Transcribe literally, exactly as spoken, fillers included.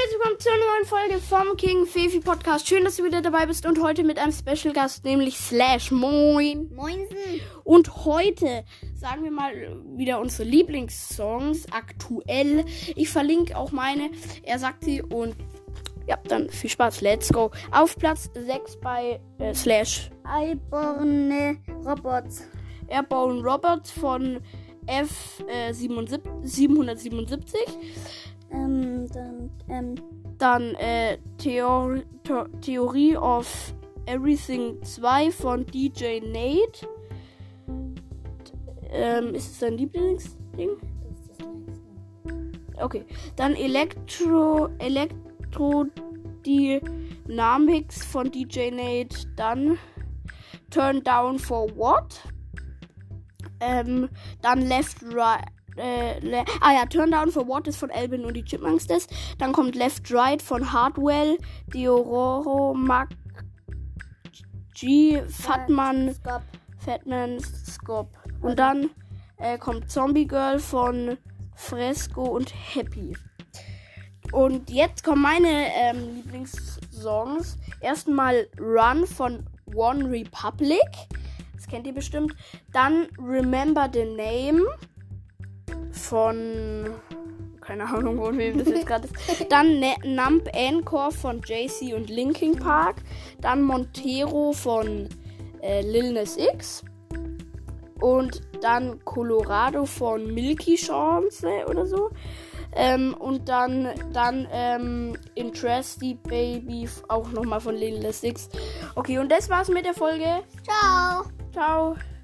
herzlich willkommen zur neuen Folge vom King Fefi Podcast. Schön, dass du wieder dabei bist und heute mit einem Special Gast, nämlich Slash. Moin. Moinsen. Und heute sagen wir mal wieder unsere Lieblingssongs aktuell. Ich verlinke auch meine. Er sagt sie und ja, dann viel Spaß. Let's go. Auf Platz sechs bei äh, Slash. Airborne Robots. Airborne Robots von F äh, siebenhundertsiebenundsiebzig. Ähm, dann, ähm, Dann äh, Theor- The- Theory of Everything zwei von D J Nate. Ähm, ist es dein Lieblingsding? das ist das nächste. Okay. Dann Elektro, Elektro Dynamics von D J Nate. Dann Turn Down for What? Ähm, dann Left Right. Äh, le- ah ja, Turn Down for What ist von Alvin und die Chipmunks das. Dann kommt Left Right von Hardwell, Diororo, Mag G, Fatman, Stop. Fatman, Scop. Und dann äh, kommt Zombie Girl von Fresco und Happy. Und jetzt kommen meine ähm, Lieblingssongs. Erstmal Run von One Republic. Das kennt ihr bestimmt. Dann Remember the Name von, keine Ahnung, wo wem das jetzt gerade ist. Dann ne- Numb Encore von Jay-Z und Linkin Park. Dann Montero von äh, Lil Nas X. Und dann Colorado von Milky Chance oder so. Ähm, und dann, dann ähm, Interesty Baby auch nochmal von Lil Nas X. Okay, und das war's mit der Folge. Ciao. Ciao.